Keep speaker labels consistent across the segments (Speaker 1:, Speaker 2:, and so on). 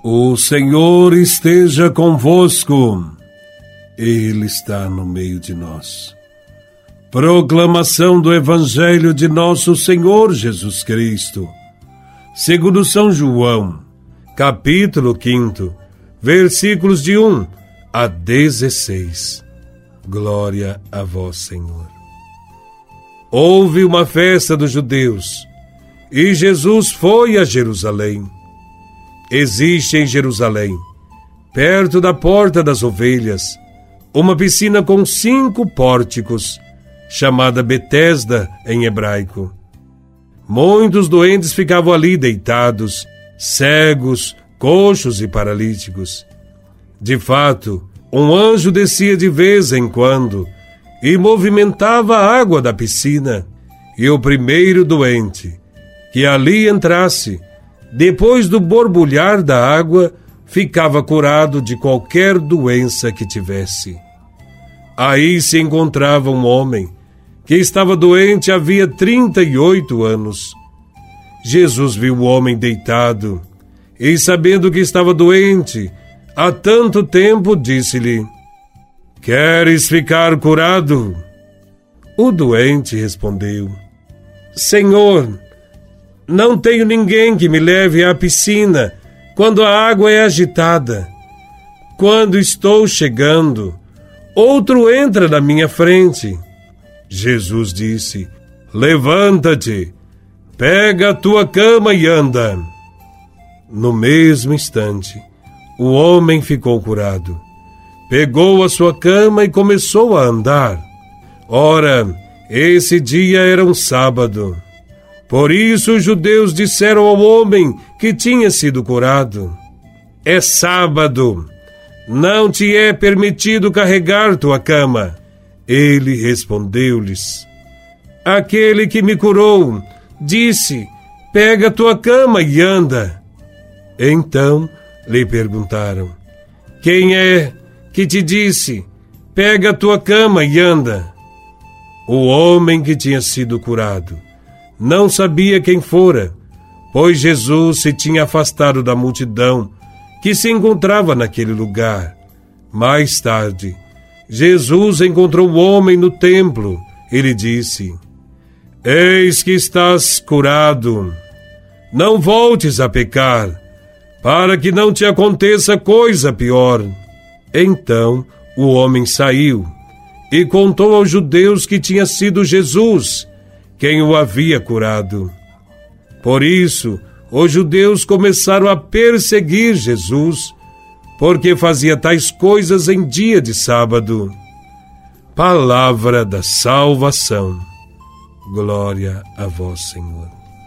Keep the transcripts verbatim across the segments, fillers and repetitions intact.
Speaker 1: O Senhor esteja convosco. Ele está no meio de nós. Proclamação do Evangelho de nosso Senhor Jesus Cristo, segundo São João, capítulo quinto, versículos de um a dezesseis. Glória a vós, Senhor. Houve uma festa dos judeus, e Jesus foi a Jerusalém. Existe em Jerusalém, perto da Porta das Ovelhas, uma piscina com cinco pórticos, chamada Betesda em hebraico. Muitos doentes ficavam ali deitados, cegos, coxos e paralíticos. De fato, um anjo descia de vez em quando e movimentava a água da piscina, e o primeiro doente que ali entrasse, depois do borbulhar da água, ficava curado de qualquer doença que tivesse. Aí se encontrava um homem que estava doente havia trinta e oito anos. Jesus viu o homem deitado e, sabendo que estava doente há tanto tempo, disse-lhe: Queres ficar curado? O doente respondeu: Senhor, não tenho ninguém que me leve à piscina quando a água é agitada. Quando estou chegando, outro entra na minha frente. Jesus disse: Levanta-te, pega a tua cama e anda. No mesmo instante, o homem ficou curado. Pegou a sua cama e começou a andar. Ora, esse dia era um sábado. Por isso os judeus disseram ao homem que tinha sido curado: É sábado, não te é permitido carregar tua cama. Ele respondeu-lhes: Aquele que me curou disse: Pega tua cama e anda. Então lhe perguntaram: Quem é que te disse: Pega tua cama e anda? O homem que tinha sido curado não sabia quem fora, pois Jesus se tinha afastado da multidão que se encontrava naquele lugar. Mais tarde, Jesus encontrou o homem no templo e lhe disse: Eis que estás curado. Não voltes a pecar, para que não te aconteça coisa pior. Então o homem saiu e contou aos judeus que tinha sido Jesus quem o havia curado. Por isso, os judeus começaram a perseguir Jesus, porque fazia tais coisas em dia de sábado. Palavra da salvação. Glória a vós, Senhor.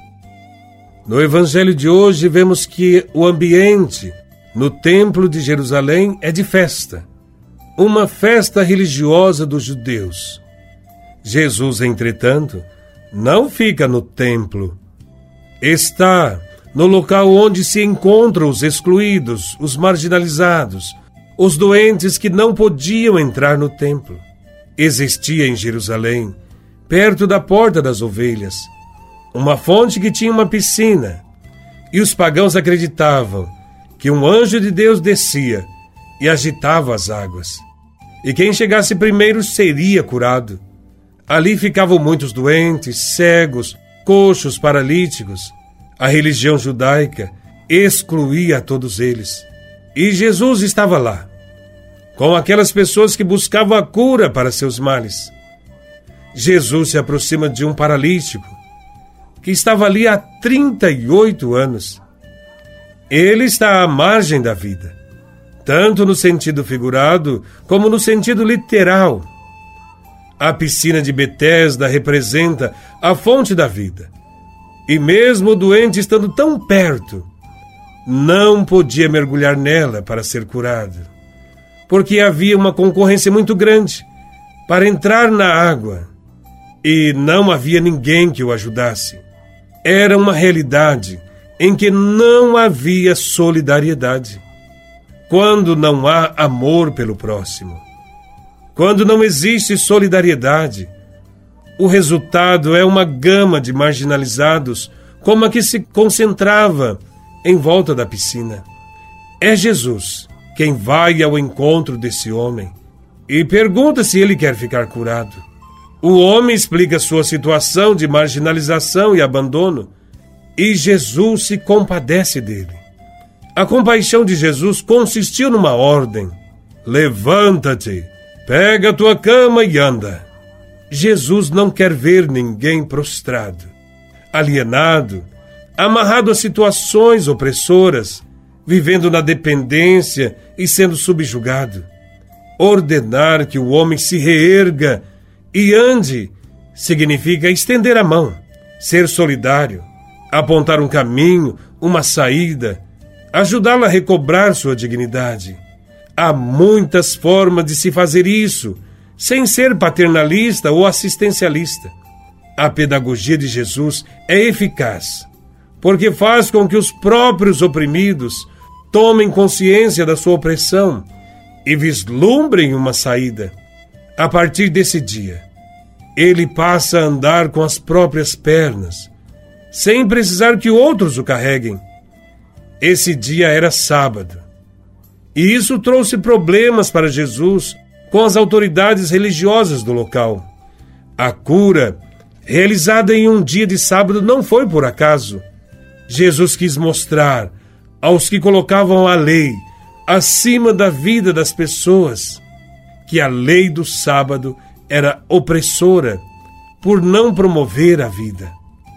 Speaker 1: No Evangelho de hoje, vemos que o ambiente no Templo de Jerusalém é de festa, uma festa religiosa dos judeus. Jesus, entretanto, não fica no templo. Está no local onde se encontram os excluídos, os marginalizados, os doentes que não podiam entrar no templo. Existia em Jerusalém, perto da Porta das Ovelhas, uma fonte que tinha uma piscina, e os pagãos acreditavam que um anjo de Deus descia e agitava as águas, e quem chegasse primeiro seria curado. Ali ficavam muitos doentes, cegos, coxos, paralíticos. A religião judaica excluía a todos eles. E Jesus estava lá, com aquelas pessoas que buscavam a cura para seus males. Jesus se aproxima de um paralítico que estava ali há trinta e oito anos. Ele está à margem da vida, tanto no sentido figurado como no sentido literal. A piscina de Betesda representa a fonte da vida. E mesmo o doente estando tão perto, não podia mergulhar nela para ser curado, porque havia uma concorrência muito grande para entrar na água, e não havia ninguém que o ajudasse. Era uma realidade em que não havia solidariedade. Quando não há amor pelo próximo, quando não existe solidariedade, o resultado é uma gama de marginalizados, como a que se concentrava em volta da piscina. É Jesus quem vai ao encontro desse homem e pergunta se ele quer ficar curado. O homem explica sua situação de marginalização e abandono, e Jesus se compadece dele. A compaixão de Jesus consistiu numa ordem: levanta-te, pega a tua cama e anda. Jesus não quer ver ninguém prostrado, alienado, amarrado a situações opressoras, vivendo na dependência e sendo subjugado. Ordenar que o homem se reerga e ande significa estender a mão, ser solidário, apontar um caminho, uma saída, ajudá-lo a recobrar sua dignidade. Há muitas formas de se fazer isso, sem ser paternalista ou assistencialista. A pedagogia de Jesus é eficaz, porque faz com que os próprios oprimidos tomem consciência da sua opressão e vislumbrem uma saída. A partir desse dia, ele passa a andar com as próprias pernas, sem precisar que outros o carreguem. Esse dia era sábado, e isso trouxe problemas para Jesus com as autoridades religiosas do local. A cura, realizada em um dia de sábado, não foi por acaso. Jesus quis mostrar aos que colocavam a lei acima da vida das pessoas que a lei do sábado era opressora por não promover a vida.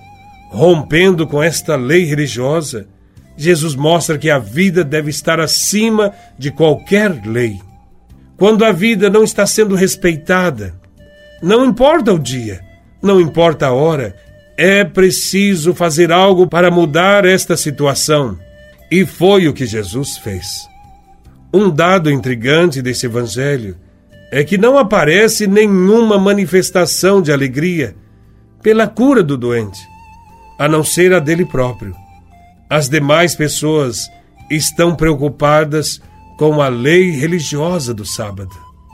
Speaker 1: Rompendo com esta lei religiosa, Jesus mostra que a vida deve estar acima de qualquer lei. Quando a vida não está sendo respeitada, não importa o dia, não importa a hora, é preciso fazer algo para mudar esta situação. E foi o que Jesus fez. Um dado intrigante desse evangelho é que não aparece nenhuma manifestação de alegria pela cura do doente, a não ser a dele próprio. As demais pessoas estão preocupadas com a lei religiosa do sábado.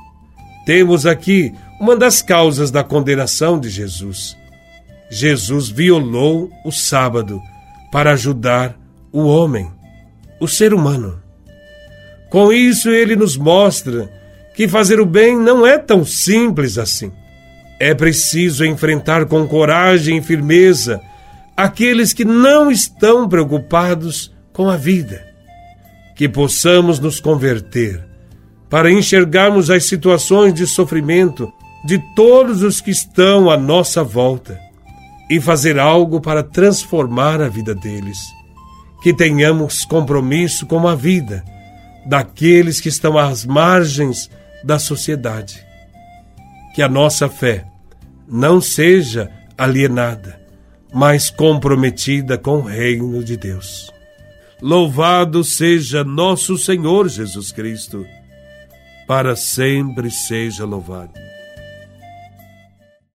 Speaker 1: Temos aqui uma das causas da condenação de Jesus. Jesus violou o sábado para ajudar o homem, o ser humano. Com isso, ele nos mostra que fazer o bem não é tão simples assim. É preciso enfrentar com coragem e firmeza aqueles que não estão preocupados com a vida. Que possamos nos converter para enxergarmos as situações de sofrimento de todos os que estão à nossa volta e fazer algo para transformar a vida deles. Que tenhamos compromisso com a vida daqueles que estão às margens da sociedade. Que a nossa fé não seja alienada, mas comprometida com o reino de Deus. Louvado seja nosso Senhor Jesus Cristo, para sempre seja louvado.